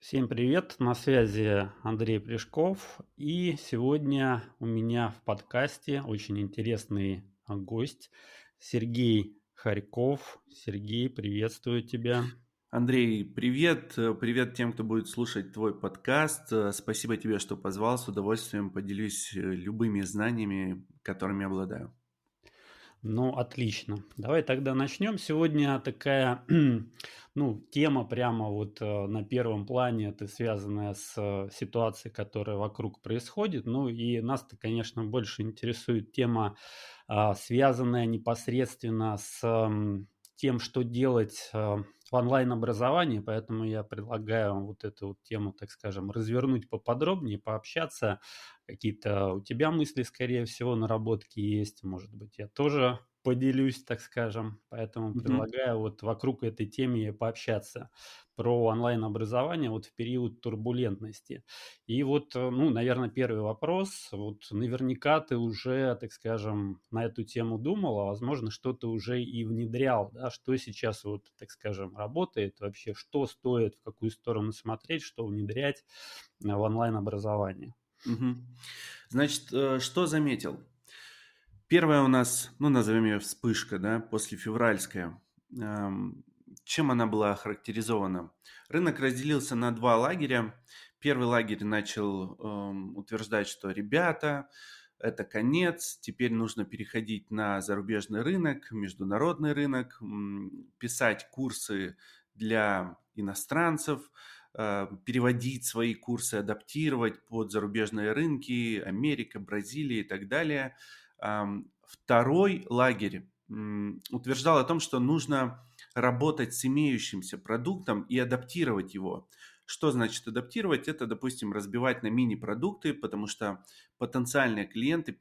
Всем привет, на связи Андрей Плешков, и сегодня у меня в подкасте очень интересный гость Сергей Харьков. Сергей, приветствую тебя. Андрей, привет. Привет тем, кто будет слушать твой подкаст. Спасибо тебе, что позвал. С удовольствием поделюсь любыми знаниями, которыми обладаю. Ну, отлично. Давай тогда начнем. Сегодня такая, тема прямо вот на первом плане, это связанная с ситуацией, которая вокруг происходит. Ну, и нас-то, конечно, больше интересует тема, связанная непосредственно с тем, что делать в онлайн-образовании, поэтому я предлагаю вот эту вот тему, так скажем, развернуть поподробнее, пообщаться. Какие-то у тебя мысли, скорее всего, наработки есть, может быть, я тоже поделюсь, так скажем. Поэтому Мгм. предлагаю вот вокруг этой темы пообщаться про онлайн-образование вот в период турбулентности. И вот, наверное, первый вопрос. Вот наверняка ты уже, так скажем, на эту тему думал, а возможно, что-то уже и внедрял, да, что сейчас вот, так скажем, работает вообще, что стоит, в какую сторону смотреть, что внедрять в онлайн-образование. Мгм. Значит, что заметил? Первая у нас, назовем ее вспышка, да, послефевральская. Ам, Чем она была охарактеризована? Рынок разделился на два лагеря. Первый лагерь начал утверждать, что ребята, это конец, теперь нужно переходить на зарубежный рынок, международный рынок, писать курсы для иностранцев, переводить свои курсы, адаптировать под зарубежные рынки, Америка, Бразилия и так далее. Второй лагерь утверждал о том, что нужно работать с имеющимся продуктом и адаптировать его. Что значит адаптировать? Это, допустим, разбивать на мини-продукты, потому что потенциальные клиенты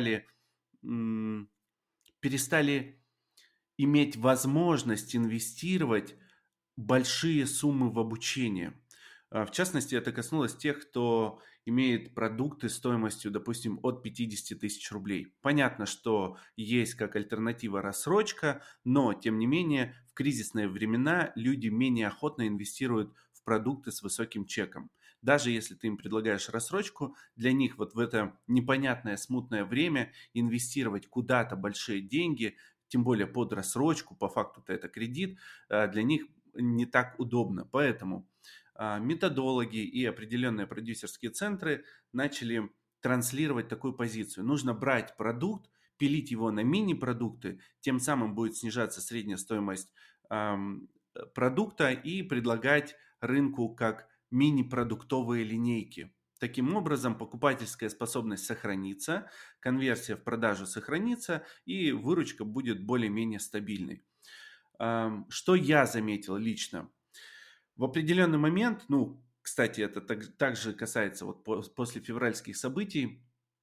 перестали иметь возможность инвестировать большие суммы в обучение. В частности, это коснулось тех, кто имеет продукты стоимостью, допустим, от 50 тысяч рублей. Понятно, что есть как альтернатива рассрочка, но, тем не менее, в кризисные времена люди менее охотно инвестируют в продукты с высоким чеком. Даже если ты им предлагаешь рассрочку, для них вот в это непонятное, смутное время инвестировать куда-то большие деньги, тем более под рассрочку, по факту-то это кредит, для них не так удобно. Поэтому методологи и определенные продюсерские центры начали транслировать такую позицию. Нужно брать продукт, пилить его на мини-продукты, тем самым будет снижаться средняя стоимость продукта и предлагать рынку как мини-продуктовые линейки. Таким образом, покупательская способность сохранится, конверсия в продажу сохранится и выручка будет более-менее стабильной. Что я заметил лично? В определенный момент, кстати, это также касается вот после февральских событий,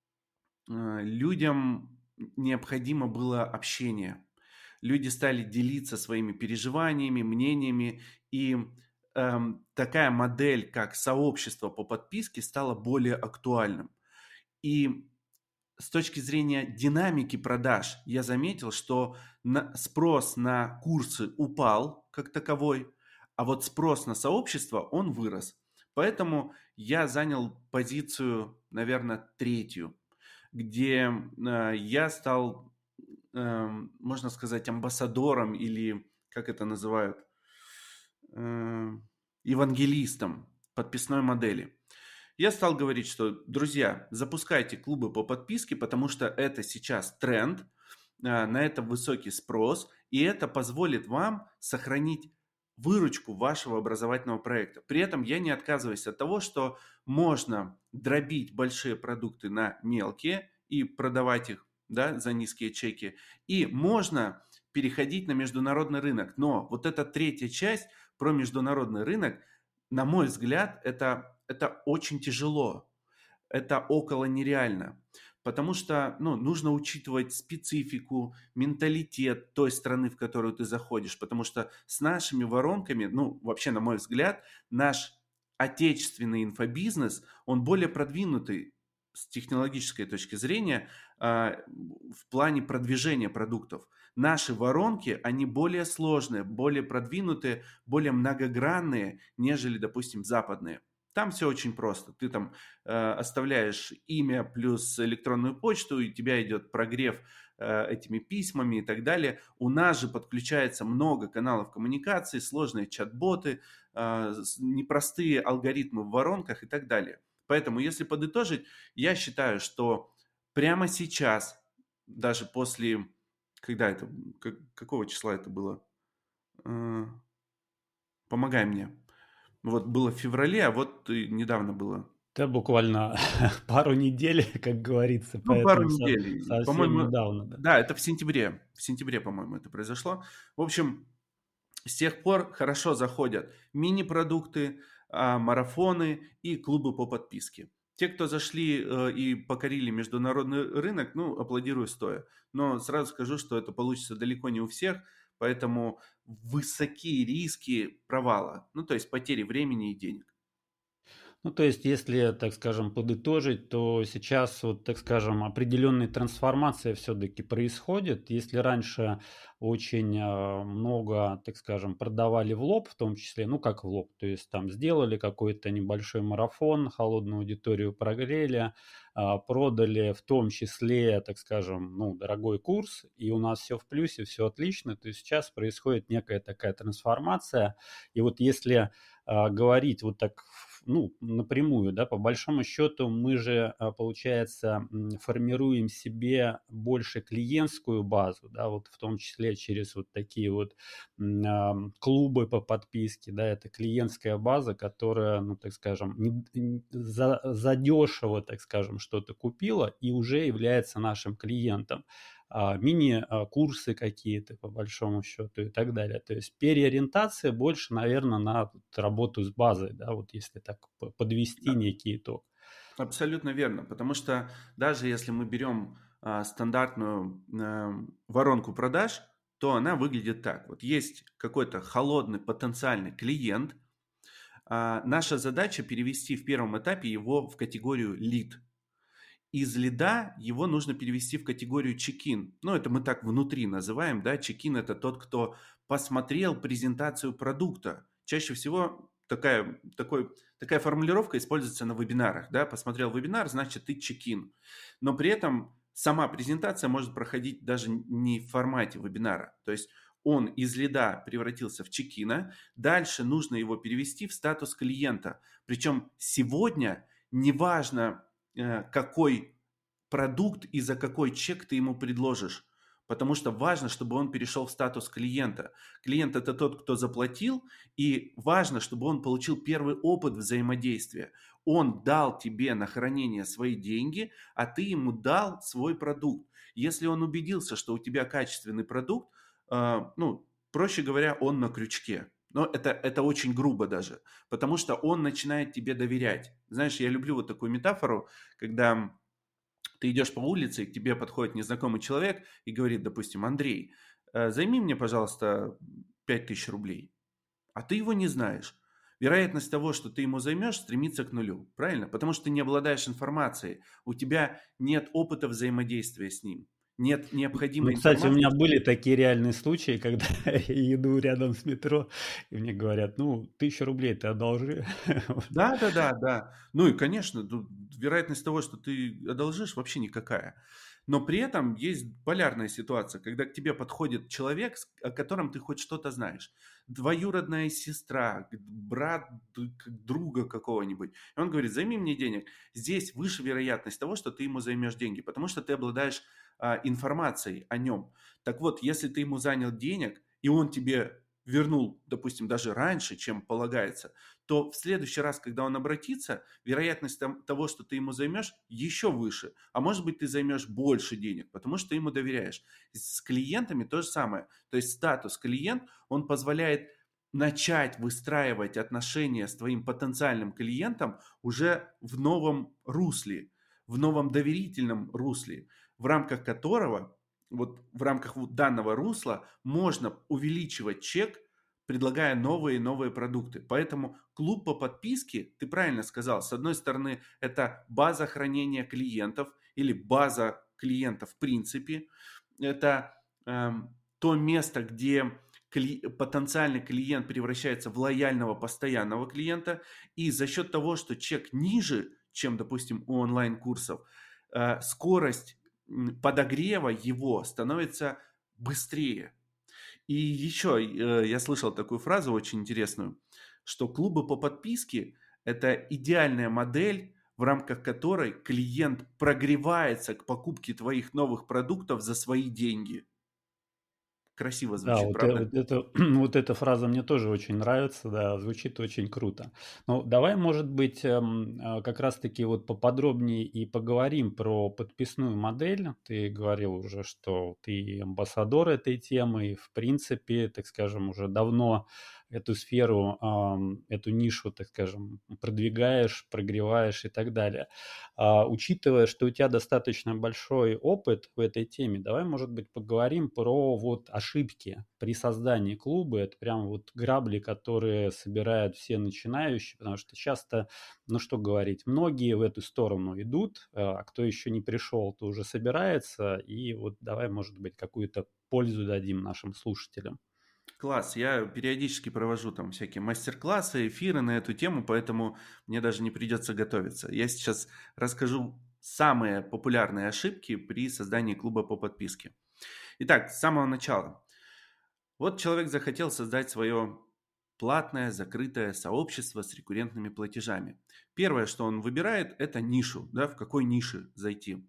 людям необходимо было общение. Люди стали делиться своими переживаниями, мнениями, и такая модель, как сообщество по подписке, стала более актуальным. И с точки зрения динамики продаж я заметил, что спрос на курсы упал как таковой, а вот спрос на сообщество, он вырос. Поэтому я занял позицию, наверное, третью, где я стал, можно сказать, амбассадором или, как это называют, э, евангелистом подписной модели. Я стал говорить, что, друзья, запускайте клубы по подписке, потому что это сейчас тренд, на это высокий спрос, и это позволит вам сохранить выручку вашего образовательного проекта. При этом я не отказываюсь от того, что можно дробить большие продукты на мелкие и продавать их, да, за низкие чеки, и можно переходить на международный рынок. Но вот эта третья часть про международный рынок, на мой взгляд, это очень тяжело, это около нереально, потому что нужно учитывать специфику, менталитет той страны, в которую ты заходишь, потому что с нашими воронками, вообще, на мой взгляд, наш отечественный инфобизнес, он более продвинутый с технологической точки зрения в плане продвижения продуктов. Наши воронки, они более сложные, более продвинутые, более многогранные, нежели, допустим, западные. Там все очень просто. Ты там оставляешь имя плюс электронную почту, и у тебя идет прогрев этими письмами и так далее. У нас же подключается много каналов коммуникации, сложные чат-боты, непростые алгоритмы в воронках и так далее. Поэтому, если подытожить, я считаю, что прямо сейчас, даже после, когда это, какого числа это было? Э, Помогай мне. Вот было в феврале, а вот и недавно было. Это буквально пару недель, как говорится, Ну, пару поэтому недель. совсем По-моему, недавно, да. да, это в сентябре. В сентябре, по-моему, это произошло. В общем, с тех пор хорошо заходят мини-продукты, марафоны и клубы по подписке. Те, кто зашли и покорили международный рынок, ну, аплодирую стоя. Но сразу скажу, что это получится далеко не у всех, поэтому высокие риски провала, ну, то есть потери времени и денег. Ну, то есть, если, так скажем, подытожить, то сейчас, вот, так скажем, определенная трансформация все-таки происходит. Если раньше очень много, так скажем, продавали в лоб, в том числе, ну, как в лоб, то есть там сделали какой-то небольшой марафон, холодную аудиторию прогрели, продали в том числе, так скажем, ну, дорогой курс, и у нас все в плюсе, все отлично, то есть сейчас происходит некая такая трансформация. И вот если говорить вот так, ну, напрямую, да, по большому счету мы же, получается, формируем себе больше клиентскую базу, да, вот в том числе через вот такие вот клубы по подписке, да, это клиентская база, которая, ну, так скажем, задешево, так скажем, что-то купила и уже является нашим клиентом. Мини-курсы какие-то, по большому счету, и так далее. То есть переориентация больше, наверное, на работу с базой, да, вот если так подвести некий итог. Абсолютно верно, потому что даже если мы берем стандартную воронку продаж, то она выглядит так. Вот есть какой-то холодный потенциальный клиент. Наша задача перевести в первом этапе его в категорию лид. Из лида его нужно перевести в категорию чекин. Ну, это мы так внутри называем, да, чекин – это тот, кто посмотрел презентацию продукта. Чаще всего такая формулировка используется на вебинарах, да, посмотрел вебинар, значит, ты чекин. Но при этом сама презентация может проходить даже не в формате вебинара. То есть он из лида превратился в чекина, дальше нужно его перевести в статус клиента. Причем сегодня неважно, какой продукт и за какой чек ты ему предложишь. Потому что важно, чтобы он перешел в статус клиента. Клиент – это тот, кто заплатил, и важно, чтобы он получил первый опыт взаимодействия. Он дал тебе на хранение свои деньги, а ты ему дал свой продукт. Если он убедился, что у тебя качественный продукт, ну, проще говоря, он на крючке. Но это очень грубо даже, потому что он начинает тебе доверять. Знаешь, я люблю вот такую метафору, когда ты идешь по улице, и к тебе подходит незнакомый человек и говорит, допустим, Андрей, займи мне, пожалуйста, 5000 рублей, а ты его не знаешь. Вероятность того, что ты ему займешь, стремится к нулю, правильно? Потому что ты не обладаешь информацией, у тебя нет опыта взаимодействия с ним, нет Ну, необходимой кстати, у информации. меня были такие реальные случаи, когда я иду рядом с метро, и мне говорят, ну, 1000 рублей ты одолжи. Вот. Да, да, да, да. Ну и, конечно, тут вероятность того, что ты одолжишь, вообще никакая. Но при этом есть полярная ситуация, когда к тебе подходит человек, о котором ты хоть что-то знаешь. Двоюродная сестра, брат друга какого-нибудь. И он говорит, займи мне денег. Здесь выше вероятность того, что ты ему займешь деньги, потому что ты обладаешь информацией о нем. Так вот, если ты ему занял денег, и он тебе вернул, допустим, даже раньше, чем полагается, то в следующий раз, когда он обратится, вероятность того, что ты ему займешь, еще выше. А может быть, ты займешь больше денег, потому что ты ему доверяешь. С клиентами то же самое. То есть статус клиент, он позволяет начать выстраивать отношения с твоим потенциальным клиентом уже в новом русле, в новом доверительном русле, в рамках которого, вот в рамках данного русла можно увеличивать чек, предлагая новые и новые продукты. Поэтому клуб по подписке, ты правильно сказал, с одной стороны, это база хранения клиентов или база клиентов в принципе. Это то место, где потенциальный клиент превращается в лояльного постоянного клиента, и за счет того, что чек ниже, чем, допустим, у онлайн-курсов, скорость подогрева его становится быстрее. И еще я слышал такую фразу очень интересную, что клубы по подписке – это идеальная модель, в рамках которой клиент прогревается к покупке твоих новых продуктов за свои деньги. Красиво Да, звучит, правда? вот это, вот эта фраза мне тоже очень нравится, да, звучит очень круто. Ну, давай, может быть, как раз-таки вот поподробнее и поговорим про подписную модель. Ты говорил уже, что ты амбассадор этой темы, и, в принципе, так скажем, уже давно эту сферу, эту нишу, так скажем, продвигаешь, прогреваешь и так далее. Учитывая, что у тебя достаточно большой опыт в этой теме, давай, может быть, поговорим про вот ошибки при создании клуба. Это прям вот грабли, которые собирают все начинающие, потому что часто, ну что говорить, многие в эту сторону идут, а кто еще не пришел, то уже собирается. И вот давай, может быть, какую-то пользу дадим нашим слушателям. Класс, я периодически провожу там всякие мастер-классы, эфиры на эту тему, поэтому мне даже не придется готовиться. Я сейчас расскажу самые популярные ошибки при создании клуба по подписке. Итак, с самого начала. Вот человек захотел создать свое платное, закрытое сообщество с рекуррентными платежами. Первое, что он выбирает, это нишу, да, в какой нише зайти.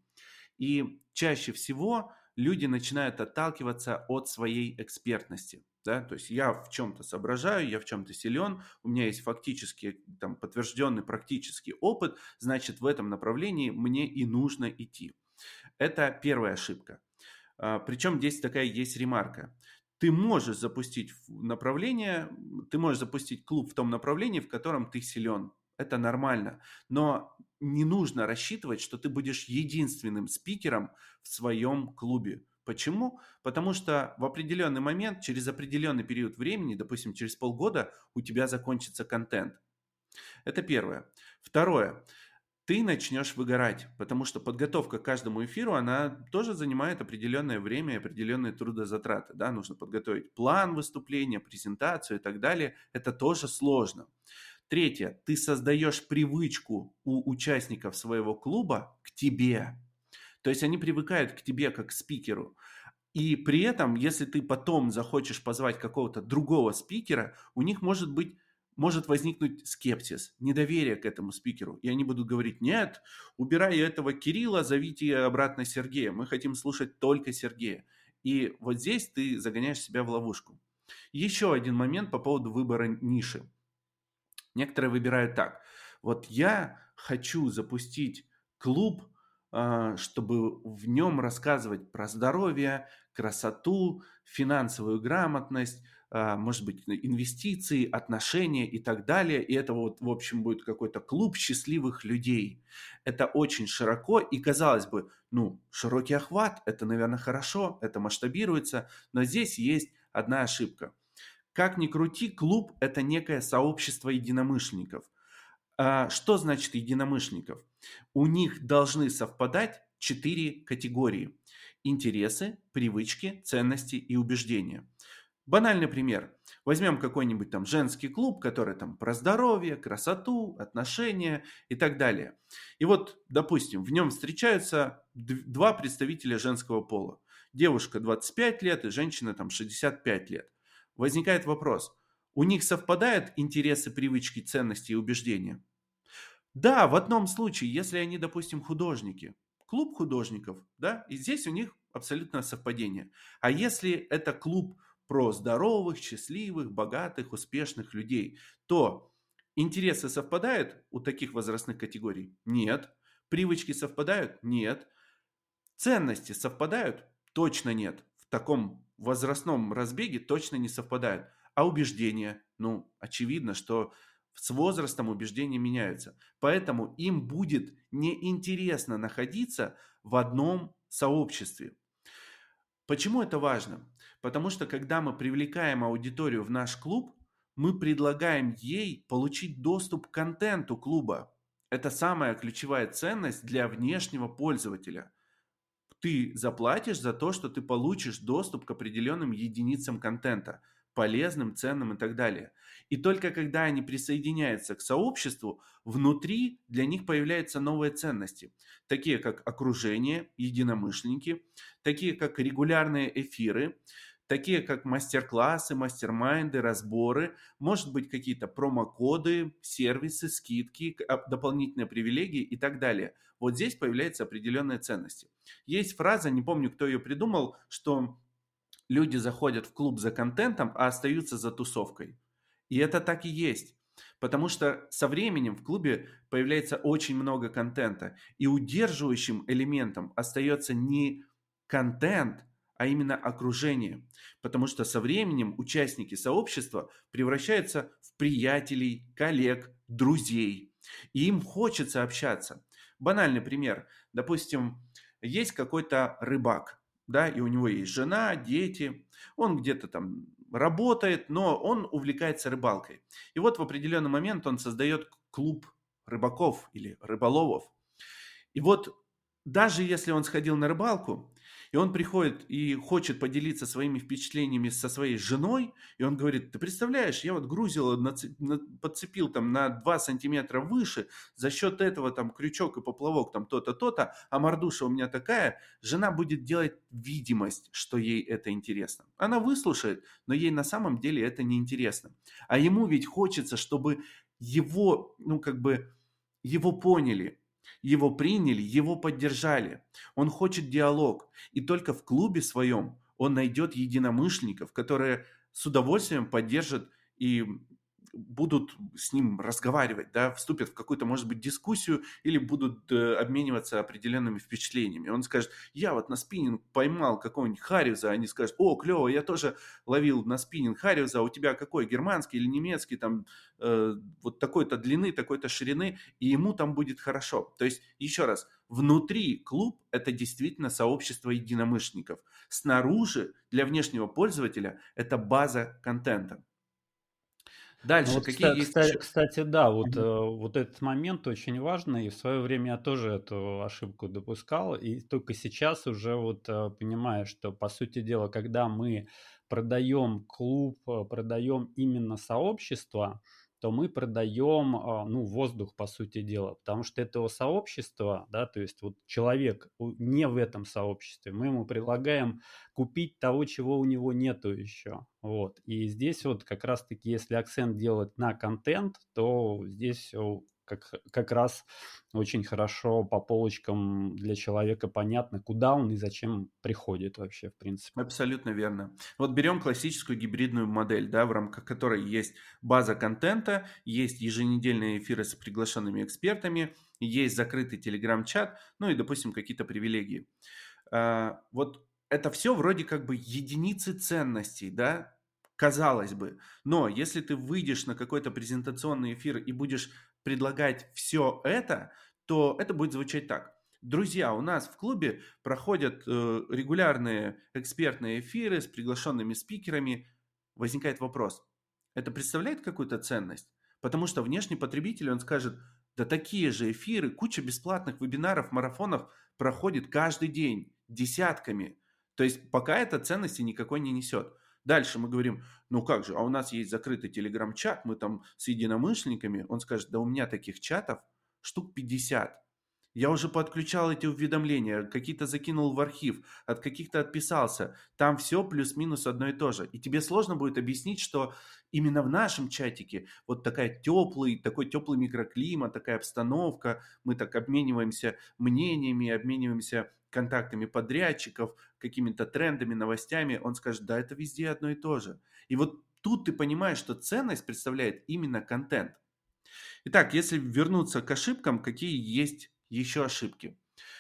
И чаще всего люди начинают отталкиваться от своей экспертности. Да? То есть я в чем-то соображаю, я в чем-то силен, у меня есть фактически там, подтвержденный практический опыт, значит в этом направлении мне и нужно идти. Это первая ошибка. Причем здесь такая есть ремарка. Ты можешь запустить направление, ты можешь запустить клуб в том направлении, в котором ты силен. Это нормально. Но не нужно рассчитывать, что ты будешь единственным спикером в своем клубе. Почему? Потому что в определенный момент, через определенный период времени, допустим, через полгода, у тебя закончится контент. Это первое. Второе. Ты начнешь выгорать, потому что подготовка к каждому эфиру, она тоже занимает определенное время и определенные трудозатраты. Да? Нужно подготовить план выступления, презентацию и так далее. Это тоже сложно. Третье. Ты создаешь привычку у участников своего клуба к тебе. То есть они привыкают к тебе как к спикеру. И при этом, если ты потом захочешь позвать какого-то другого спикера, у них может возникнуть скепсис, недоверие к этому спикеру. И они будут говорить: нет, убирай этого Кирилла, зовите обратно Сергея. Мы хотим слушать только Сергея. И вот здесь ты загоняешь себя в ловушку. Еще один момент по поводу выбора ниши. Некоторые выбирают так. Вот я хочу запустить клуб, чтобы в нем рассказывать про здоровье, красоту, финансовую грамотность, может быть, инвестиции, отношения и так далее. И это вот, в общем, будет какой-то клуб счастливых людей. Это очень широко, и казалось бы, ну, широкий охват, это, наверное, хорошо, это масштабируется, но здесь есть одна ошибка. Как ни крути, клуб – это некое сообщество единомышленников. Что значит единомышленников? У них должны совпадать 4 категории: интересы, привычки, ценности и убеждения. Банальный пример. Возьмем какой-нибудь там женский клуб, который там про здоровье, красоту, отношения и так далее. И вот, допустим, в нем встречаются два представителя женского пола. Девушка 25 лет и женщина там 65 лет. Возникает вопрос: у них совпадают интересы, привычки, ценности и убеждения? Да, в одном случае, если они, допустим, художники, клуб художников, да, и здесь у них абсолютно совпадение. А если это клуб про здоровых, счастливых, богатых, успешных людей, то интересы совпадают у таких возрастных категорий? Нет. Привычки совпадают? Нет. Ценности совпадают? Точно нет. В таком возрастном разбеге точно не совпадают. А убеждения? Ну, очевидно, что с возрастом убеждения меняются. Поэтому им будет неинтересно находиться в одном сообществе. Почему это важно? Потому что когда мы привлекаем аудиторию в наш клуб, мы предлагаем ей получить доступ к контенту клуба. Это самая ключевая ценность для внешнего пользователя. ты заплатишь за то, что ты получишь доступ к определенным единицам контента, полезным, ценным и так далее. И только когда они присоединяются к сообществу, внутри для них появляются новые ценности, такие как окружение, единомышленники, такие как регулярные эфиры, такие как мастер-классы, мастер-майнды, разборы, может быть какие-то промокоды, сервисы, скидки, дополнительные привилегии и так далее. Вот здесь появляются определенные ценности. Есть фраза, не помню, кто ее придумал, что люди заходят в клуб за контентом, а остаются за тусовкой. И это так и есть. Потому что со временем в клубе появляется очень много контента. И удерживающим элементом остается не контент, а именно окружение. Потому что со временем участники сообщества превращаются в приятелей, коллег, друзей. И им хочется общаться. Банальный пример. Допустим, есть какой-то рыбак, да, и у него есть жена, дети, он где-то там работает, но он увлекается рыбалкой. И вот в определенный момент он создает клуб рыбаков или рыболовов. И вот даже если он сходил на рыбалку, и он приходит и хочет поделиться своими впечатлениями со своей женой, и он говорит, ты представляешь, я вот грузил, подцепил там на 2 сантиметра выше, за счет этого там крючок и поплавок там то-то, то-то, а мордуша у меня такая, жена будет делать видимость, что ей это интересно. Она выслушает, но ей на самом деле это не интересно. А ему ведь хочется, чтобы его, его поняли, его приняли, его поддержали. Он хочет диалог. И только в клубе своем он найдет единомышленников, которые с удовольствием поддержат и будут с ним разговаривать, да, вступят в какую-то, может быть, дискуссию или будут обмениваться определенными впечатлениями. Он скажет, я вот на спиннинг поймал какого-нибудь хариуса, они скажут, о, клево, я тоже ловил на спиннинг хариуса, а у тебя какой, германский или немецкий, там, вот такой-то длины, такой-то ширины, и ему там будет хорошо. То есть, еще раз, внутри клуб – это действительно сообщество единомышленников. Снаружи, для внешнего пользователя, это база контента. Ну Дальше, вот, какие есть еще... кстати, да, вот, Мгм. вот этот момент очень важный, и в свое время я тоже эту ошибку допускал, и только сейчас уже вот понимаю, что, по сути дела, когда мы продаем клуб, продаем именно сообщество, то мы продаем, ну, воздух, по сути дела, потому что этого сообщества, да, то есть вот человек не в этом сообществе, мы ему предлагаем купить того, чего у него нету еще. Вот. И здесь вот как раз-таки, если акцент делать на контент, то здесь как раз очень хорошо по полочкам для человека понятно, куда он и зачем приходит вообще, в принципе. Абсолютно верно. Вот берем классическую гибридную модель, да, в рамках которой есть база контента, есть еженедельные эфиры с приглашенными экспертами, есть закрытый телеграм-чат, ну и, допустим, какие-то привилегии. Вот это все вроде как бы единицы ценностей, да, казалось бы. Но если ты выйдешь на какой-то презентационный эфир и будешь предлагать все это, то это будет звучать так. Друзья, у нас в клубе проходят регулярные экспертные эфиры с приглашенными спикерами. Возникает вопрос, это представляет какую-то ценность? Потому что внешний потребитель, он скажет, да такие же эфиры, куча бесплатных вебинаров, марафонов проходит каждый день, десятками. То есть пока это ценности никакой не несет. Дальше мы говорим, ну как же, а у нас есть закрытый телеграм-чат, мы там с единомышленниками. Он скажет, да у меня таких чатов штук 50. Я уже подключал эти уведомления, какие-то закинул в архив, от каких-то отписался. Там все плюс-минус одно и то же. И тебе сложно будет объяснить, что именно в нашем чатике вот такой теплый микроклимат, такая обстановка, мы так обмениваемся мнениями, обмениваемся контактами подрядчиков, какими-то трендами, новостями. Он скажет, да, это везде одно и то же. И вот тут ты понимаешь, что ценность представляет именно контент. Итак, если вернуться к ошибкам, какие есть еще ошибки?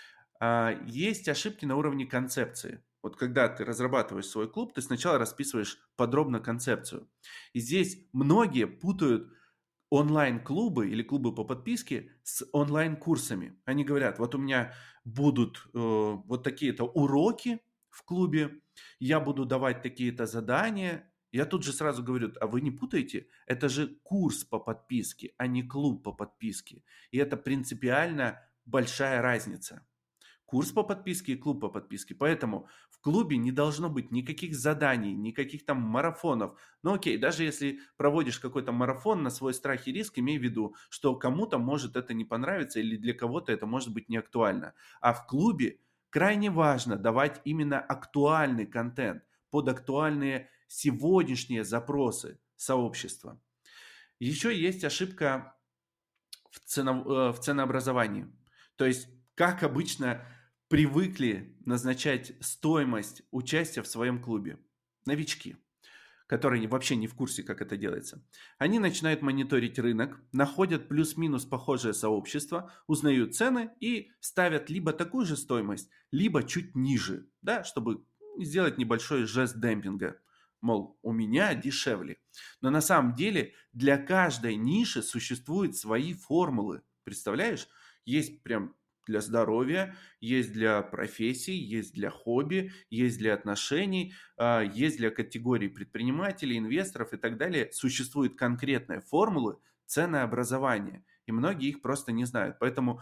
Есть ошибки на уровне концепции. Вот когда ты разрабатываешь свой клуб, ты сначала расписываешь подробно концепцию. И здесь многие путают онлайн-клубы или клубы по подписке с онлайн-курсами. Они говорят, вот у меня будут вот такие-то уроки в клубе, я буду давать такие-то задания. Я тут же сразу говорю, а вы не путаете? Это же курс по подписке, а не клуб по подписке. И это принципиально большая разница. курс по подписке и клуб по подписке. Поэтому в клубе не должно быть никаких заданий, никаких там марафонов. Ну окей, даже если проводишь какой-то марафон на свой страх и риск, имей в виду, что кому-то может это не понравиться или для кого-то это может быть не актуально. А в клубе крайне важно давать именно актуальный контент под актуальные сегодняшние запросы сообщества. Еще есть ошибка в ценообразовании. То есть, как обычно привыкли назначать стоимость участия в своем клубе новички, которые вообще не в курсе, как это делается. Они начинают мониторить рынок, находят плюс-минус похожее сообщество, узнают цены и ставят либо такую же стоимость, либо чуть ниже, да, чтобы сделать небольшой жест демпинга. Мол, у меня дешевле. Но на самом деле для каждой ниши существуют свои формулы. Представляешь? Есть прям для здоровья, есть для профессий, есть для хобби, есть для отношений, есть для категорий предпринимателей, инвесторов и так далее. Существуют конкретные формулы ценообразования, и многие их просто не знают. Поэтому,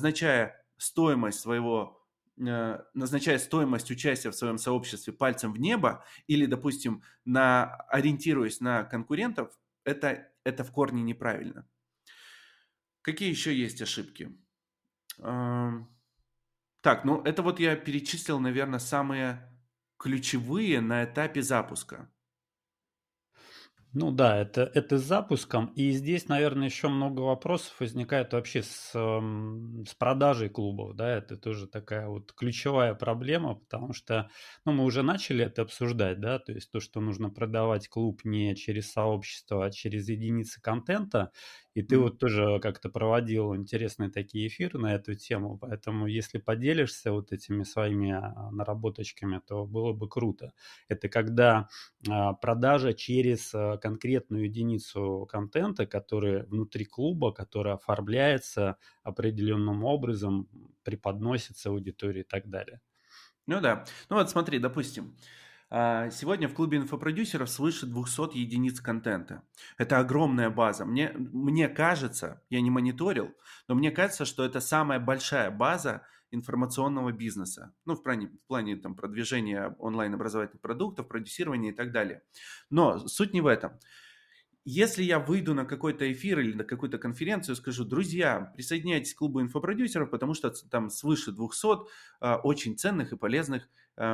назначая стоимость участия в своем сообществе пальцем в небо или, допустим, ориентируясь на конкурентов, это в корне неправильно. Какие еще есть ошибки? Так, ну это вот я перечислил, наверное, самые ключевые на этапе запуска. Ну да, это с запуском. И здесь, наверное, еще много вопросов возникает вообще с продажей клубов. Да, это тоже такая вот ключевая проблема, потому что, ну, мы уже начали это обсуждать, да, то есть то, что нужно продавать клуб не через сообщество, а через единицы контента. И ты вот тоже как-то проводил интересные такие эфиры на эту тему, поэтому если поделишься вот этими своими наработочками, то было бы круто. Это когда продажа через конкретную единицу контента, который внутри клуба, который оформляется определенным образом, преподносится аудитории и так далее. Ну да. Ну вот смотри, допустим, сегодня в клубе инфопродюсеров свыше 200 единиц контента. Это огромная база. Мне кажется, я не мониторил, но мне кажется, что это самая большая база информационного бизнеса. Ну, в плане там, продвижения онлайн-образовательных продуктов, продюсирования и так далее. Но суть не в этом. Если я выйду на какой-то эфир или на какую-то конференцию, скажу: друзья, присоединяйтесь к клубу инфопродюсеров, потому что там свыше 200 очень ценных и полезных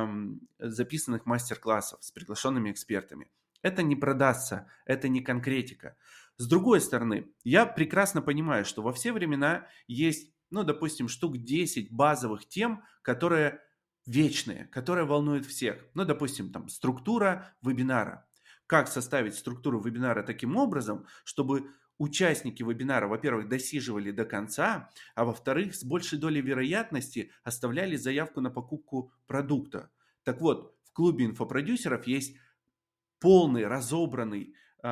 записанных мастер-классов с приглашенными экспертами. Это не продастся, это не конкретика. С другой стороны, я прекрасно понимаю, что во все времена есть, ну, допустим, штук 10 базовых тем, которые вечные, которые волнуют всех. Ну, допустим, там структура вебинара. Как составить структуру вебинара таким образом, чтобы участники вебинара, во-первых, досиживали до конца, а во-вторых, с большей долей вероятности оставляли заявку на покупку продукта. Так вот, в клубе инфопродюсеров есть полный, разобранный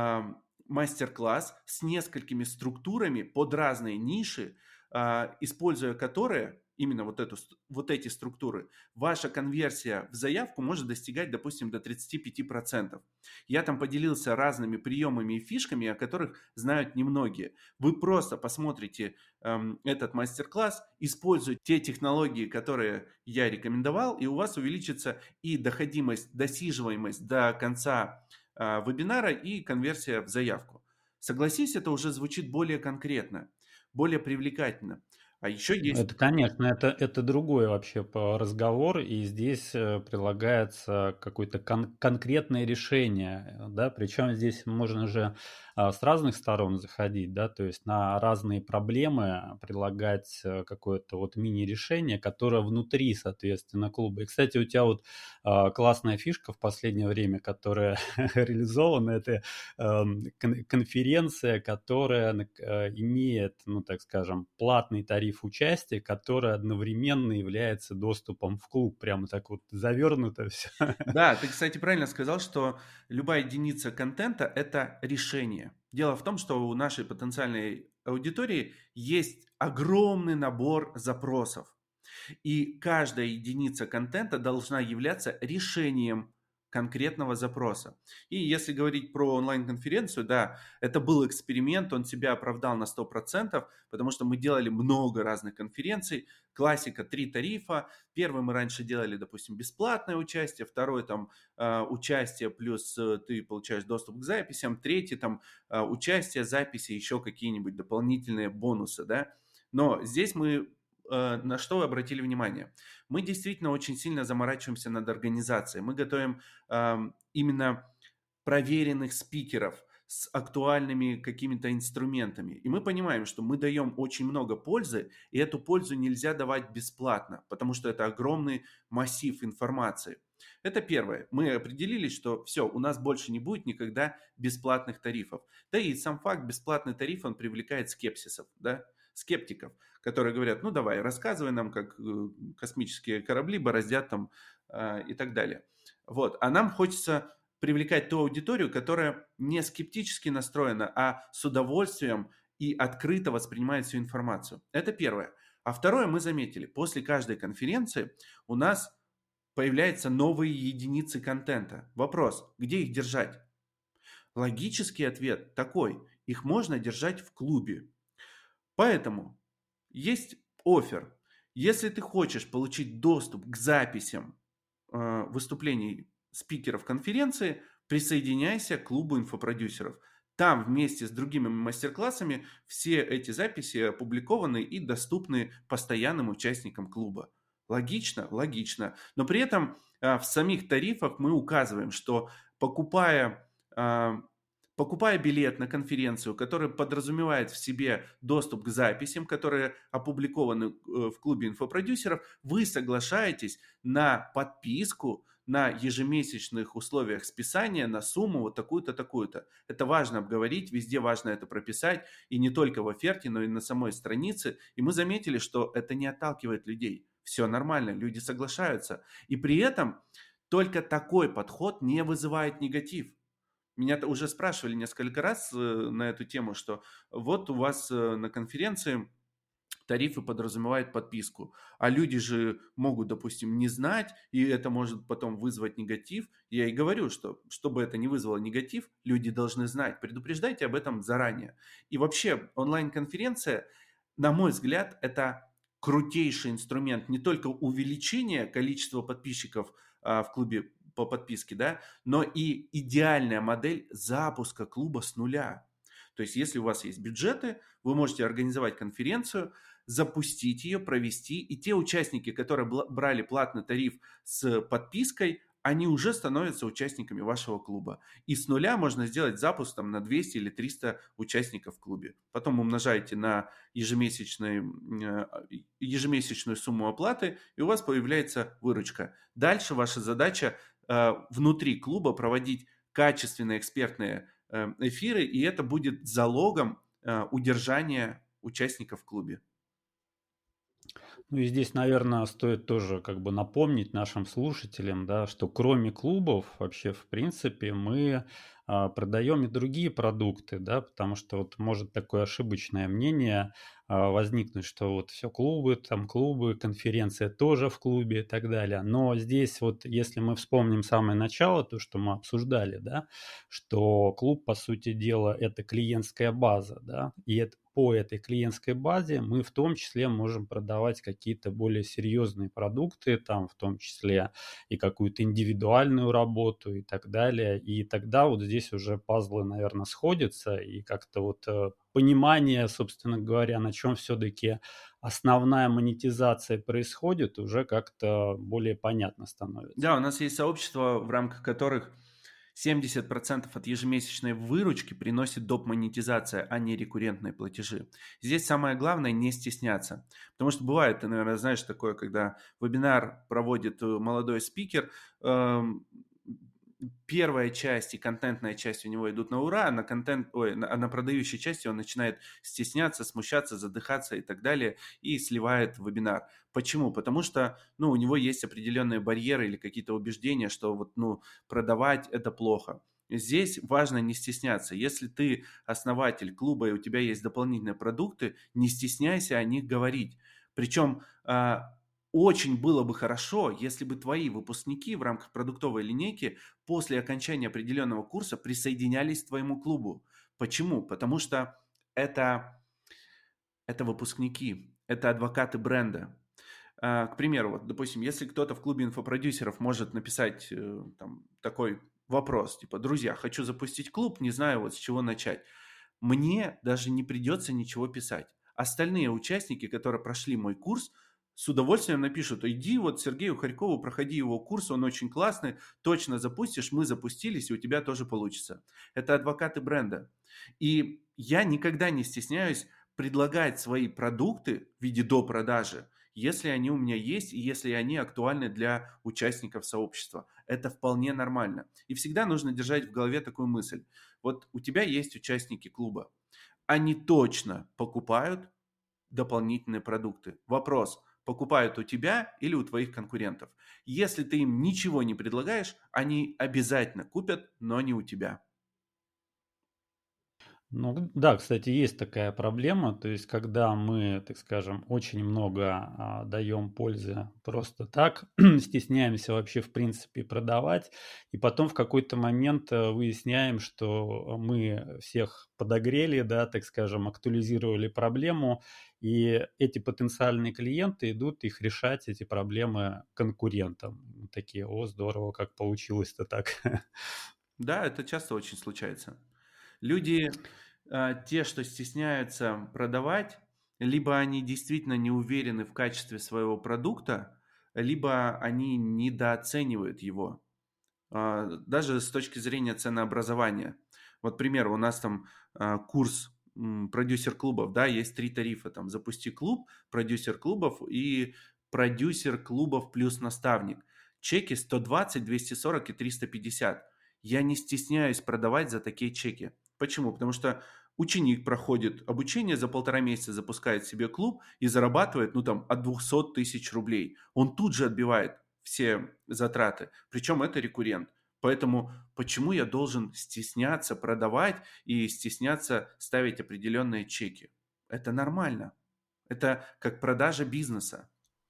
мастер-класс с несколькими структурами под разные ниши, используя которые, именно вот эти структуры, ваша конверсия в заявку может достигать, допустим, до 35%. Я там поделился разными приемами и фишками, о которых знают немногие. Вы просто посмотрите этот мастер-класс, используйте те технологии, которые я рекомендовал, и у вас увеличится и доходимость, досиживаемость до конца вебинара и конверсия в заявку. Согласись, это уже звучит более конкретно, более привлекательно. А еще есть... Это, конечно, это другой вообще разговор, и здесь прилагается какое-то конкретное решение, да, причем здесь можно же с разных сторон заходить, да, то есть на разные проблемы предлагать какое-то вот мини-решение, которое внутри, соответственно, клуба. И, кстати, у тебя вот классная фишка в последнее время, которая реализована, это конференция, которая имеет, ну, так скажем, платный тариф участия, который одновременно является доступом в клуб. Прямо так вот завернуто все. Да, ты, кстати, правильно сказал, что любая единица контента – это решение. Дело в том, что у нашей потенциальной аудитории есть огромный набор запросов. И каждая единица контента должна являться решением конкретного запроса. И если говорить про онлайн-конференцию, да, это был эксперимент, он себя оправдал на 100%, потому что мы делали много разных конференций. Классика, 3 тарифа. Первый мы раньше делали, допустим, бесплатное участие, второй там участие плюс ты получаешь доступ к записям, третий там участие, записи, еще какие-нибудь дополнительные бонусы, да. Но здесь мы на что обратили внимание? Мы действительно очень сильно заморачиваемся над организацией. Мы готовим именно проверенных спикеров с актуальными какими-то инструментами. И мы понимаем, что мы даем очень много пользы, и эту пользу нельзя давать бесплатно, потому что это огромный массив информации. Это первое. Мы определились, что все, у нас больше не будет никогда бесплатных тарифов. Да и сам факт бесплатный тариф, он привлекает скепсисов, да, скептиков, которые говорят, ну давай, рассказывай нам, как космические корабли бороздят там и так далее. Вот. А нам хочется привлекать ту аудиторию, которая не скептически настроена, а с удовольствием и открыто воспринимает всю информацию. Это первое. А второе, мы заметили, после каждой конференции у нас появляются новые единицы контента. Вопрос, где их держать? Логический ответ такой, их можно держать в клубе. Поэтому есть оффер. Если ты хочешь получить доступ к записям выступлений спикеров конференции, присоединяйся к клубу инфопродюсеров. Там вместе с другими мастер-классами все эти записи опубликованы и доступны постоянным участникам клуба. Логично? Логично. Но при этом в самих тарифах мы указываем, что покупая билет на конференцию, который подразумевает в себе доступ к записям, которые опубликованы в клубе инфопродюсеров, вы соглашаетесь на подписку на ежемесячных условиях списания на сумму вот такую-то, такую-то. Это важно обговорить, везде важно это прописать, и не только в оферте, но и на самой странице. И мы заметили, что это не отталкивает людей. Все нормально, люди соглашаются. И при этом только такой подход не вызывает негатив. Меня уже спрашивали несколько раз на эту тему, что вот у вас на конференции тарифы подразумевают подписку, а люди же могут, допустим, не знать, и это может потом вызвать негатив. Я и говорю, что чтобы это не вызвало негатив, люди должны знать, предупреждайте об этом заранее. И вообще онлайн-конференция, на мой взгляд, это крутейший инструмент не только увеличения количества подписчиков в клубе по подписке, да, но и идеальная модель запуска клуба с нуля. То есть, если у вас есть бюджеты, вы можете организовать конференцию, запустить ее, провести, и те участники, которые брали платный тариф с подпиской, они уже становятся участниками вашего клуба. И с нуля можно сделать запуск там, на 200 или 300 участников в клубе. Потом умножаете на ежемесячную сумму оплаты, и у вас появляется выручка. Дальше ваша задача внутри клуба проводить качественные экспертные эфиры, и это будет залогом удержания участников в клубе. Ну и здесь, наверное, стоит тоже как бы напомнить нашим слушателям, да, что кроме клубов вообще в принципе мы продаем и другие продукты, да, потому что вот может такое ошибочное мнение возникнуть, что вот все клубы, там клубы, конференция тоже в клубе и так далее. Но здесь вот, если мы вспомним самое начало, то, что мы обсуждали, да, что клуб, по сути дела, это клиентская база, да, и по этой клиентской базе мы в том числе можем продавать какие-то более серьезные продукты, там в том числе и какую-то индивидуальную работу и так далее. И тогда вот здесь уже пазлы, наверное, сходятся, и как-то вот понимание, собственно говоря, на чем все-таки основная монетизация происходит, уже как-то более понятно становится. Да, у нас есть сообщества, в рамках которых 70% от ежемесячной выручки приносит доп. Монетизация, а не рекуррентные платежи. Здесь самое главное не стесняться. Потому что бывает, ты, наверное, знаешь такое, когда вебинар проводит молодой спикер, первая часть и контентная часть у него идут на ура, а на продающей части он начинает стесняться, смущаться, задыхаться и так далее, и сливает вебинар. Почему? Потому что, у него есть определенные барьеры или какие-то убеждения, что продавать это плохо. Здесь важно не стесняться. Если ты основатель клуба и у тебя есть дополнительные продукты, не стесняйся о них говорить. Причем очень было бы хорошо, если бы твои выпускники в рамках продуктовой линейки после окончания определенного курса присоединялись к твоему клубу. Почему? Потому что это, это выпускники, это адвокаты бренда. К примеру, вот, допустим, если кто-то в клубе инфопродюсеров может написать там, такой вопрос, типа, друзья, хочу запустить клуб, не знаю вот с чего начать. Мне даже не придется ничего писать. Остальные участники, которые прошли мой курс, с удовольствием напишут: иди вот Сергею Харькову, проходи его курс, он очень классный, точно запустишь, мы запустились, и у тебя тоже получится. Это адвокаты бренда. И я никогда не стесняюсь предлагать свои продукты в виде допродажи, если они у меня есть и если они актуальны для участников сообщества. Это вполне нормально. И всегда нужно держать в голове такую мысль. Вот у тебя есть участники клуба. Они точно покупают дополнительные продукты. Вопрос, покупают у тебя или у твоих конкурентов. Если ты им ничего не предлагаешь, они обязательно купят, но не у тебя. Ну да, кстати, есть такая проблема. То есть, когда мы, так скажем, очень много даем пользы просто так, стесняемся вообще в принципе продавать, и потом в какой-то момент выясняем, что мы всех подогрели, да, так скажем, актуализировали проблему, и эти потенциальные клиенты идут их решать, эти проблемы конкурентам. Мы такие: о, здорово, как получилось-то так. Да, это часто очень случается. Люди, те, что стесняются продавать, либо они действительно не уверены в качестве своего продукта, либо они недооценивают его. Даже с точки зрения ценообразования. Вот, к примеру, у нас там курс продюсер клубов, да, есть 3 тарифа, там запусти клуб, продюсер клубов и продюсер клубов плюс наставник. Чеки 120, 240 и 350. Я не стесняюсь продавать за такие чеки. Почему? Потому что ученик проходит обучение за 1,5 месяца, запускает себе клуб и зарабатывает, ну там, от 200 тысяч рублей. Он тут же отбивает все затраты. Причем это рекуррент. Поэтому почему я должен стесняться продавать и стесняться ставить определенные чеки? Это нормально. Это как продажа бизнеса.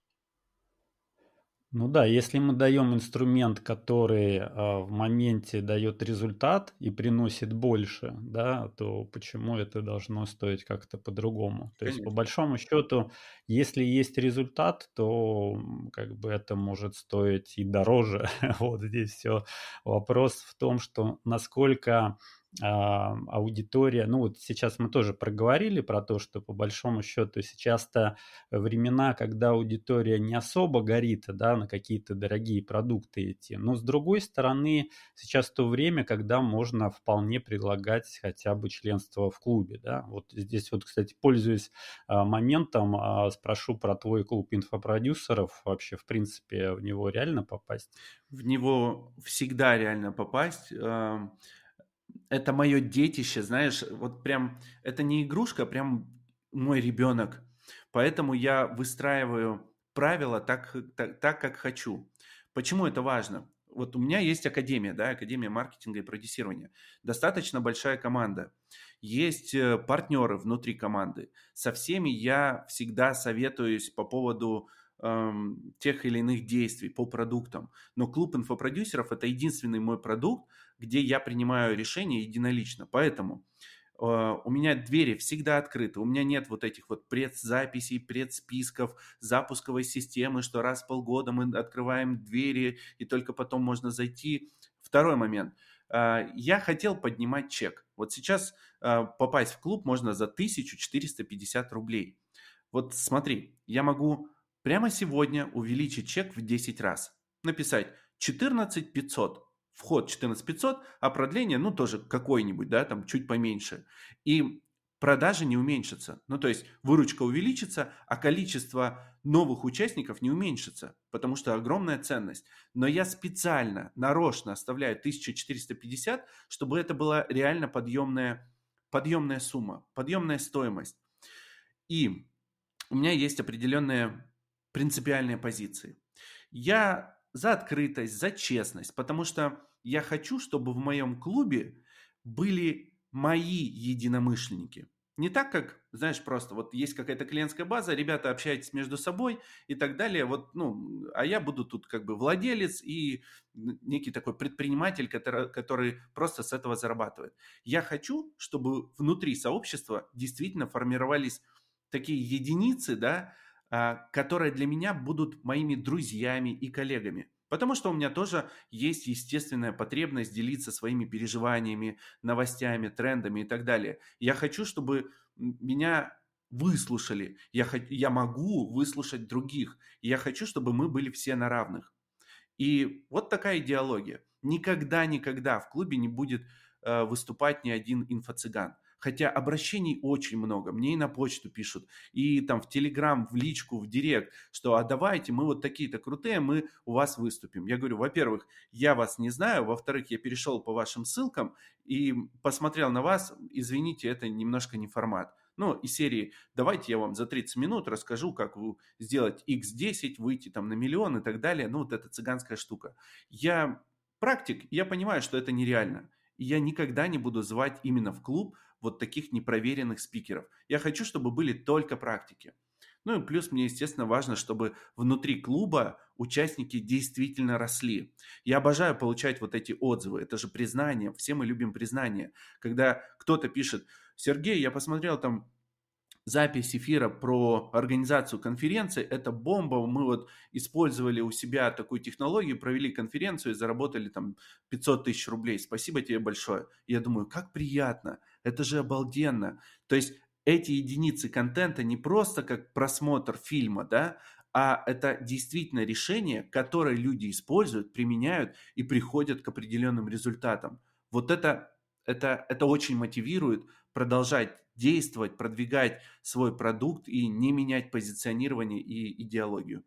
Ну да, если мы даем инструмент, который в моменте дает результат и приносит больше, да, то почему это должно стоить как-то по-другому? То есть, по Конечно. большому счету, если есть результат, то как бы это может стоить и дороже. Вот здесь все вопрос в том, что насколько аудитория, ну вот сейчас мы тоже проговорили про то, что по большому счету сейчас-то времена, когда аудитория не особо горит, да, на какие-то дорогие продукты идти. Но с другой стороны, сейчас то время, когда можно вполне предлагать хотя бы членство в клубе, да. Вот здесь вот, кстати, пользуясь моментом, спрошу про твой клуб инфопродюсеров. Вообще, в принципе, в него реально попасть? В него всегда реально попасть. Это мое детище, знаешь, вот прям, это не игрушка, а прям мой ребенок. Поэтому я выстраиваю правила так, как хочу. Почему это важно? Вот у меня есть академия, да, академия маркетинга и продюсирования. Достаточно большая команда. Есть партнеры внутри команды. Со всеми я всегда советуюсь по поводу тех или иных действий по продуктам. Но клуб инфопродюсеров – это единственный мой продукт, где я принимаю решения единолично. Поэтому у меня двери всегда открыты. У меня нет вот этих вот предзаписей, предсписков, запусковой системы, что раз в полгода мы открываем двери и только потом можно зайти. Второй момент. Я хотел поднимать чек. Вот сейчас попасть в клуб можно за 1450 рублей. Вот смотри, я могу прямо сегодня увеличить чек в 10 раз. Написать 14 500. Вход 14 500, а продление, ну, тоже какой-нибудь, да, там чуть поменьше. И продажи не уменьшатся. Ну, то есть выручка увеличится, а количество новых участников не уменьшится, потому что огромная ценность. Но я специально, нарочно оставляю 1450, чтобы это была реально подъемная сумма, подъемная стоимость. И у меня есть определенные принципиальные позиции. Я за открытость, за честность, потому что я хочу, чтобы в моем клубе были мои единомышленники. Не так, как, знаешь, просто вот есть какая-то клиентская база, ребята общаются между собой и так далее, вот, ну, а я буду тут как бы владелец и некий такой предприниматель, который просто с этого зарабатывает. Я хочу, чтобы внутри сообщества действительно формировались такие единицы, да, которые для меня будут моими друзьями и коллегами. Потому что у меня тоже есть естественная потребность делиться своими переживаниями, новостями, трендами и так далее. Я хочу, чтобы меня выслушали. Я могу выслушать других. И я хочу, чтобы мы были все на равных. И вот такая идеология. Никогда в клубе не будет выступать ни один инфо-цыган. Хотя обращений очень много. Мне и на почту пишут, и там в Телеграм, в личку, в Директ, что а давайте, мы вот такие-то крутые, мы у вас выступим. Я говорю, во-первых, я вас не знаю, во-вторых, я перешел по вашим ссылкам и посмотрел на вас, извините, это немножко не формат. Ну, из серии, давайте я вам за 30 минут расскажу, как сделать X10, выйти там на миллион и так далее. Ну, вот эта цыганская штука. Я практик, я понимаю, что это нереально. И я никогда не буду звать именно в клуб вот таких непроверенных спикеров. Я хочу, чтобы были только практики. Ну и плюс мне, естественно, важно, чтобы внутри клуба участники действительно росли. Я обожаю получать вот эти отзывы. Это же признание. Все мы любим признание. Когда кто-то пишет, Сергей, я посмотрел там запись эфира про организацию конференции. Это бомба. Мы вот использовали у себя такую технологию, провели конференцию и заработали там 500 тысяч рублей. Спасибо тебе большое. Я думаю, как приятно. Это же обалденно. То есть эти единицы контента не просто как просмотр фильма, да, а это действительно решение, которое люди используют, применяют и приходят к определенным результатам. Вот это очень мотивирует продолжать действовать, продвигать свой продукт и не менять позиционирование и идеологию.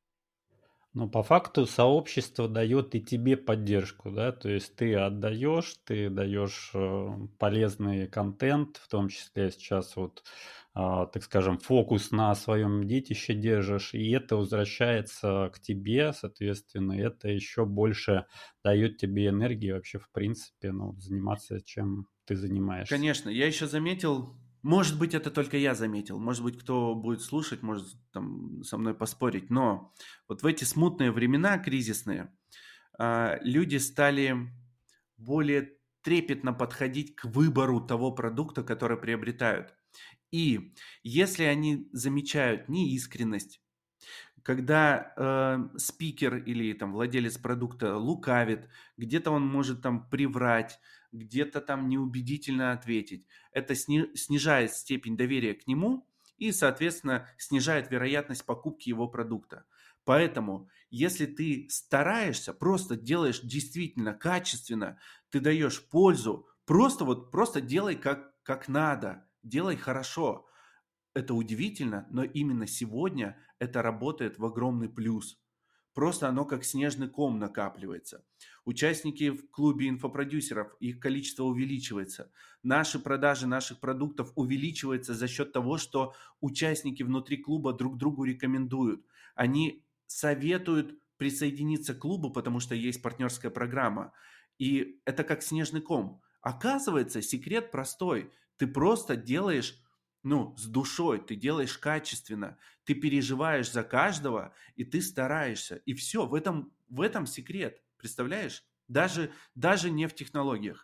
Но по факту сообщество дает и тебе поддержку, да, то есть ты даешь полезный контент, в том числе сейчас вот, так скажем, фокус на своем детище держишь, и это возвращается к тебе, соответственно, это еще больше дает тебе энергии вообще, в принципе, ну, заниматься, чем ты занимаешься. Конечно, я еще заметил, может быть, это только я заметил, может быть, кто будет слушать, может там со мной поспорить, но вот в эти смутные времена, кризисные, люди стали более трепетно подходить к выбору того продукта, который приобретают. И если они замечают неискренность, когда спикер или там владелец продукта лукавит, где-то он может там приврать, где-то там неубедительно ответить, это снижает степень доверия к нему и, соответственно, снижает вероятность покупки его продукта. Поэтому, если ты стараешься, просто делаешь действительно качественно, ты даешь пользу, просто делай как надо, делай хорошо. Это удивительно, но именно сегодня это работает в огромный плюс. Просто оно как снежный ком накапливается. Участники в клубе инфопродюсеров, их количество увеличивается. Наши продажи наших продуктов увеличиваются за счет того, что участники внутри клуба друг другу рекомендуют. Они советуют присоединиться к клубу, потому что есть партнерская программа. И это как снежный ком. Оказывается, секрет простой. Ты просто делаешь с душой, ты делаешь качественно, ты переживаешь за каждого, и ты стараешься. И все, в этом секрет, представляешь? Даже не в технологиях.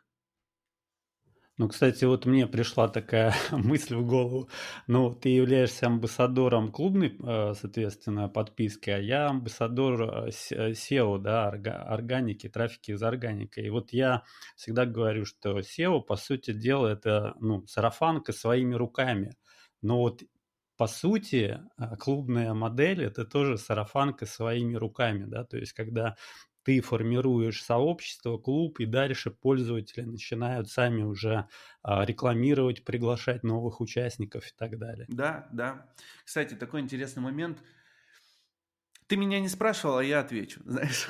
Ну, кстати, вот мне пришла такая мысль в голову. Ну, ты являешься амбассадором клубной, соответственно, подписки, а я амбассадор SEO, да, органики, трафики из органики. И вот я всегда говорю, что SEO, по сути дела, это, ну, сарафанка своими руками. Но вот по сути, клубная модель – это тоже сарафанка своими руками, да, то есть когда ты формируешь сообщество, клуб, и дальше пользователи начинают сами уже рекламировать, приглашать новых участников и так далее. Да, да. Кстати, такой интересный момент. Ты меня не спрашивал, а я отвечу, знаешь.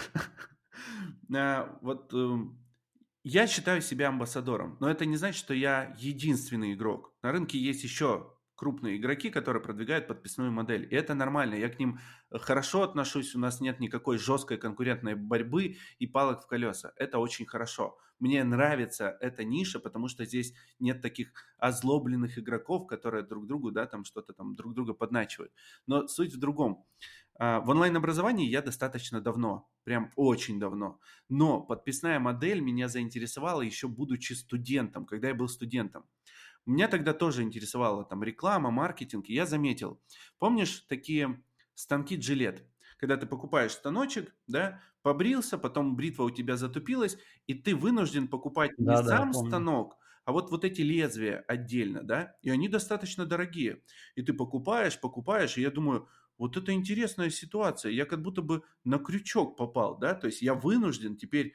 Вот я считаю себя амбассадором, но это не значит, что я единственный игрок. На рынке есть еще крупные игроки, которые продвигают подписную модель. И это нормально. Я к ним хорошо отношусь. У нас нет никакой жесткой конкурентной борьбы и палок в колеса. Это очень хорошо. Мне нравится эта ниша, потому что здесь нет таких озлобленных игроков, которые друг другу, да, там что-то там друг друга подначивают. Но суть в другом. В онлайн-образовании я достаточно давно, прям очень давно. Но подписная модель меня заинтересовала еще будучи студентом, когда я был студентом. Меня тогда тоже интересовала там реклама, маркетинг, и я заметил. Помнишь такие станки Gillette? Когда ты покупаешь станочек, да, побрился, потом бритва у тебя затупилась, и ты вынужден покупать не Да-да, сам помню. станок, а вот эти лезвия отдельно, да, и они достаточно дорогие. И ты покупаешь, и я думаю, вот это интересная ситуация, я как будто бы на крючок попал, да, то есть я вынужден теперь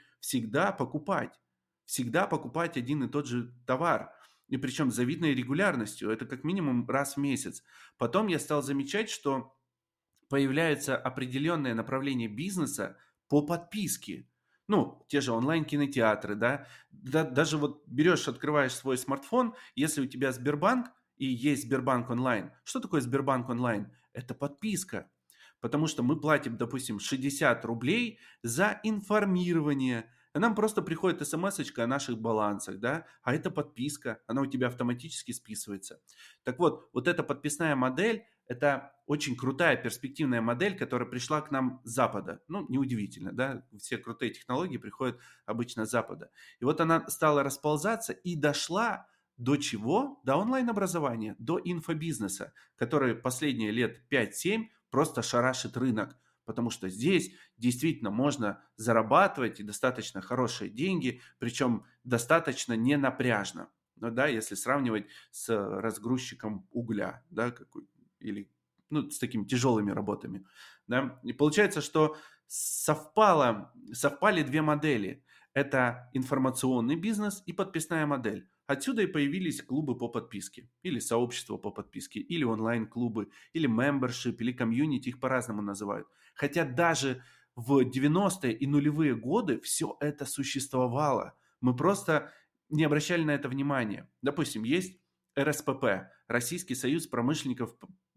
всегда покупать один и тот же товар. И причем с завидной регулярностью, это как минимум раз в месяц. Потом я стал замечать, что появляется определенное направление бизнеса по подписке. Ну, те же онлайн-кинотеатры, да? Даже вот берешь, открываешь свой смартфон, если у тебя Сбербанк и есть Сбербанк онлайн. Что такое Сбербанк онлайн? Это подписка. Потому что мы платим, допустим, 60 рублей за информирование. И нам просто приходит смс-очка о наших балансах, да? А это подписка, она у тебя автоматически списывается. Так вот эта подписная модель, это очень крутая перспективная модель, которая пришла к нам с Запада. Ну, неудивительно, да, все крутые технологии приходят обычно с Запада. И вот она стала расползаться и дошла до чего? До онлайн-образования, до инфобизнеса, который последние лет 5-7 просто шарашит рынок. Потому что здесь действительно можно зарабатывать и достаточно хорошие деньги, причем достаточно ненапряжно. Ну да, если сравнивать с разгрузчиком угля, да, или ну, с такими тяжелыми работами. Да? И получается, что совпали две модели. Это информационный бизнес и подписная модель. Отсюда и появились клубы по подписке, или сообщества по подписке, или онлайн-клубы, или membership, или комьюнити, их по-разному называют. Хотя даже в 90-е и нулевые годы все это существовало. Мы просто не обращали на это внимания. Допустим, есть РСПП, Российский союз промышленников,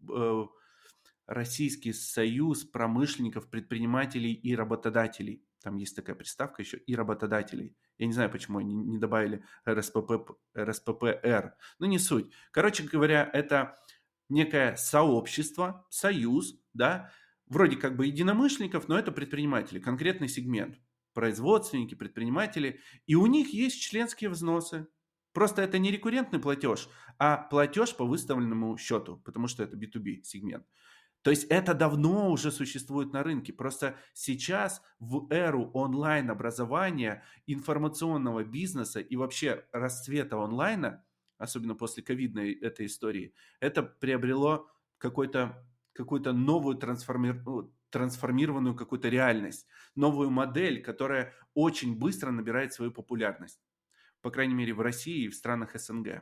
Российский союз промышленников, предпринимателей и работодателей. Там есть такая приставка еще, и работодателей. Я не знаю, почему они не добавили РСППР. Но не суть. Короче говоря, это некое сообщество, союз, да, вроде как бы единомышленников, но это предприниматели, конкретный сегмент. Производственники, предприниматели. И у них есть членские взносы. Просто это не рекуррентный платеж, а платеж по выставленному счету, потому что это B2B сегмент. То есть это давно уже существует на рынке. Просто сейчас в эру онлайн-образования, информационного бизнеса и вообще расцвета онлайна, особенно после ковидной этой истории, это приобрело какую-то новую трансформированную какую-то реальность, новую модель, которая очень быстро набирает свою популярность. По крайней мере, в России и в странах СНГ.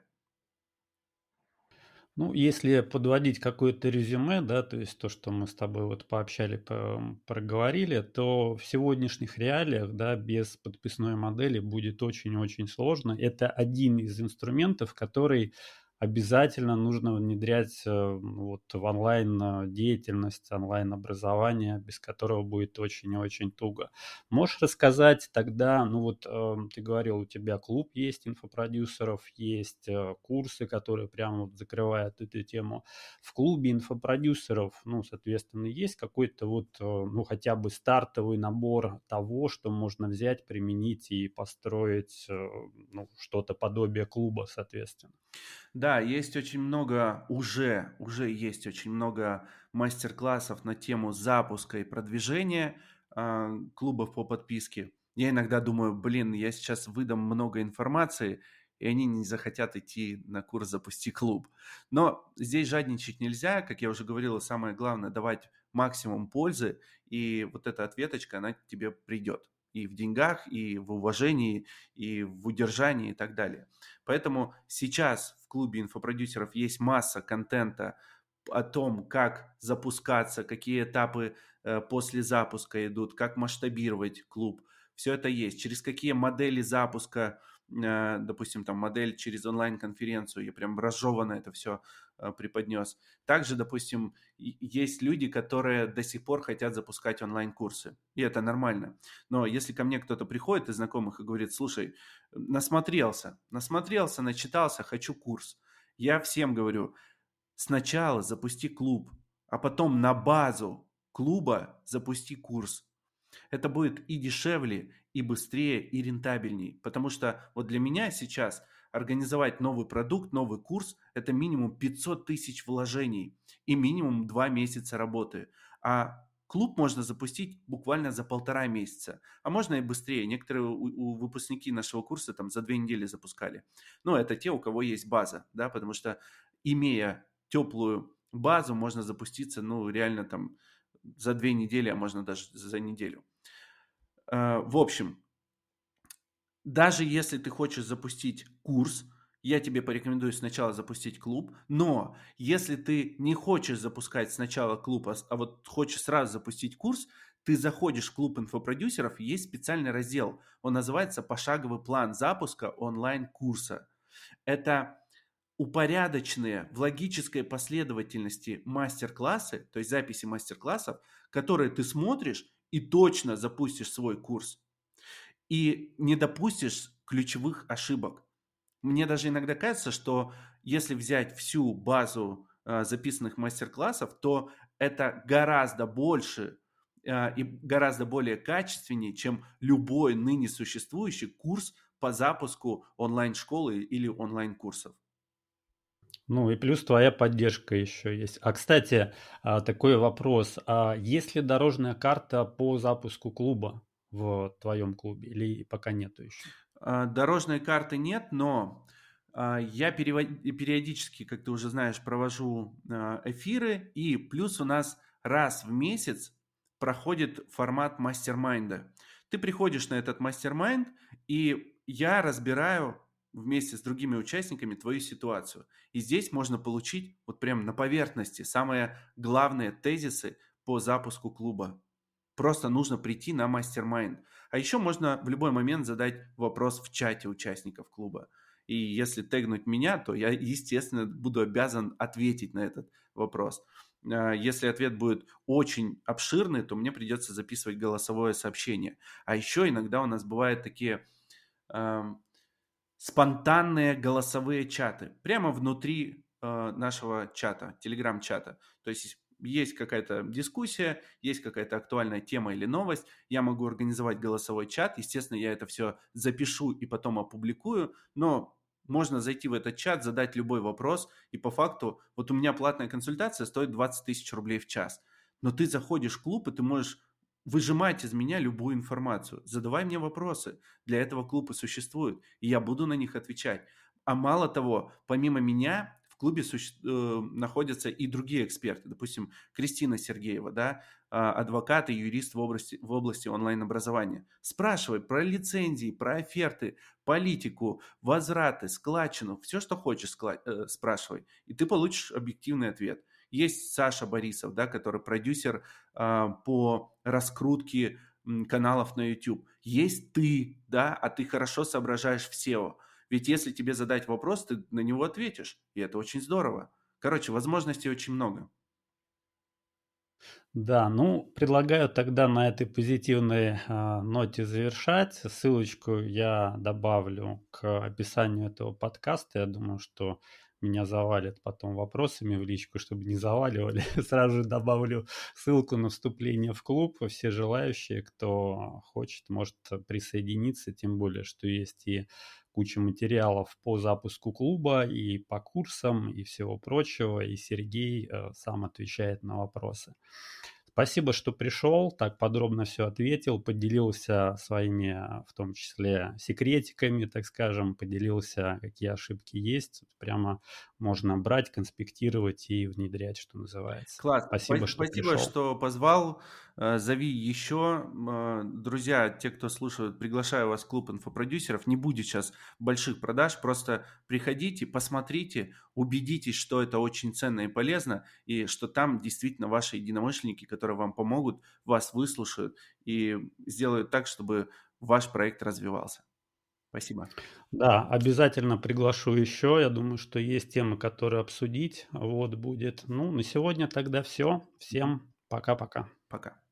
Ну, если подводить какое-то резюме, да, то есть то, что мы с тобой вот пообщали, проговорили, то в сегодняшних реалиях, да, без подписной модели будет очень-очень сложно. Это один из инструментов, который обязательно нужно внедрять вот в онлайн деятельность, онлайн-образование, без которого будет очень и очень туго. Можешь рассказать тогда, ну вот ты говорил, у тебя клуб есть инфопродюсеров, есть курсы, которые прямо вот закрывают эту тему. В клубе инфопродюсеров, ну, соответственно, есть какой-то вот, ну, хотя бы стартовый набор того, что можно взять, применить и построить, ну, что-то подобие клуба, соответственно. Да, есть очень много, уже есть очень много мастер-классов на тему запуска и продвижения клубов по подписке. Я иногда думаю, блин, я сейчас выдам много информации, и они не захотят идти на курс «Запусти клуб». Но здесь жадничать нельзя, как я уже говорил, самое главное давать максимум пользы, и вот эта ответочка, она к тебе придет. И в деньгах, и в уважении, и в удержании и так далее. Поэтому сейчас в клубе инфопродюсеров есть масса контента о том, как запускаться, какие этапы после запуска идут, как масштабировать клуб. Все это есть. Через какие модели запуска допустим, там модель через онлайн-конференцию, я прям разжеванно это все преподнес. Также, допустим, есть люди, которые до сих пор хотят запускать онлайн-курсы, и это нормально. Но если ко мне кто-то приходит из знакомых и говорит: слушай, насмотрелся, начитался, хочу курс. Я всем говорю: сначала запусти клуб, а потом на базу клуба запусти курс. Это будет и дешевле, и быстрее, и рентабельней. Потому что вот для меня сейчас организовать новый продукт, новый курс – это минимум 500 тысяч вложений и минимум 2 месяца работы. А клуб можно запустить буквально за 1,5 месяца, а можно и быстрее. Некоторые выпускники нашего курса там за 2 недели запускали. Но это те, у кого есть база, да, потому что имея теплую базу, можно запуститься, ну, реально там за 2 недели, а можно даже за неделю. В общем, даже если ты хочешь запустить курс, я тебе порекомендую сначала запустить клуб, но если ты не хочешь запускать сначала клуб, а вот хочешь сразу запустить курс, ты заходишь в клуб инфопродюсеров, есть специальный раздел, он называется «Пошаговый план запуска онлайн-курса». Это упорядоченные в логической последовательности мастер-классы, то есть записи мастер-классов, которые ты смотришь и точно запустишь свой курс. И не допустишь ключевых ошибок. Мне даже иногда кажется, что если взять всю базу записанных мастер-классов, то это гораздо больше и гораздо более качественнее, чем любой ныне существующий курс по запуску онлайн-школы или онлайн-курсов. Ну и плюс твоя поддержка еще есть. А, кстати, такой вопрос. А есть ли дорожная карта по запуску клуба в твоем клубе или пока нету еще? Дорожной карты нет, но я периодически, как ты уже знаешь, провожу эфиры, и плюс у нас раз в месяц проходит формат мастер-майнда. Ты приходишь на этот мастер-майнд, и я разбираю вместе с другими участниками твою ситуацию. И здесь можно получить вот прям на поверхности самые главные тезисы по запуску клуба. Просто нужно прийти на мастер-майнд. А еще можно в любой момент задать вопрос в чате участников клуба. И если тегнуть меня, то я, естественно, буду обязан ответить на этот вопрос. Если ответ будет очень обширный, то мне придется записывать голосовое сообщение. А еще иногда у нас бывают такие спонтанные голосовые чаты прямо внутри нашего чата, телеграм-чата. То есть какая-то дискуссия, есть какая-то актуальная тема или новость, я могу организовать голосовой чат, естественно, я это все запишу и потом опубликую, но можно зайти в этот чат, задать любой вопрос, и по факту, вот у меня платная консультация стоит 20 тысяч рублей в час, но ты заходишь в клуб, и ты можешь выжимать из меня любую информацию, задавай мне вопросы, для этого клуб и существует, и я буду на них отвечать. А мало того, помимо меня в клубе находятся и другие эксперты, допустим, Кристина Сергеева, да, адвокат и юрист в области онлайн-образования. Спрашивай про лицензии, про оферты, политику, возвраты, складчину, все, что хочешь, спрашивай, и ты получишь объективный ответ. Есть Саша Борисов, да, который продюсер по раскрутке каналов на YouTube. Есть ты, да, а ты хорошо соображаешь в SEO. Ведь если тебе задать вопрос, ты на него ответишь, и это очень здорово. Короче, возможностей очень много. Да, ну, предлагаю тогда на этой позитивной ноте завершать. Ссылочку я добавлю к описанию этого подкаста. Я думаю, что меня завалят потом вопросами в личку, чтобы не заваливали. Сразу же добавлю ссылку на вступление в клуб. Все желающие, кто хочет, может присоединиться. Тем более, что есть и куча материалов по запуску клуба, и по курсам, и всего прочего. И Сергей сам отвечает на вопросы. Спасибо, что пришел, так подробно все ответил, поделился своими, в том числе, секретиками, так скажем, поделился, какие ошибки есть. Прямо можно брать, конспектировать и внедрять, что называется. Класс. Спасибо, что Спасибо, пришел. что позвал. Зови еще. Друзья, те, кто слушают, приглашаю вас в клуб инфопродюсеров. Не будет сейчас больших продаж. Просто приходите, посмотрите, убедитесь, что это очень ценно и полезно, и что там действительно ваши единомышленники, которые вам помогут, вас выслушают и сделают так, чтобы ваш проект развивался. Спасибо. Да, обязательно приглашу еще. Я думаю, что есть темы, которые обсудить. Вот будет. Ну, на сегодня тогда все. Всем пока-пока. Пока.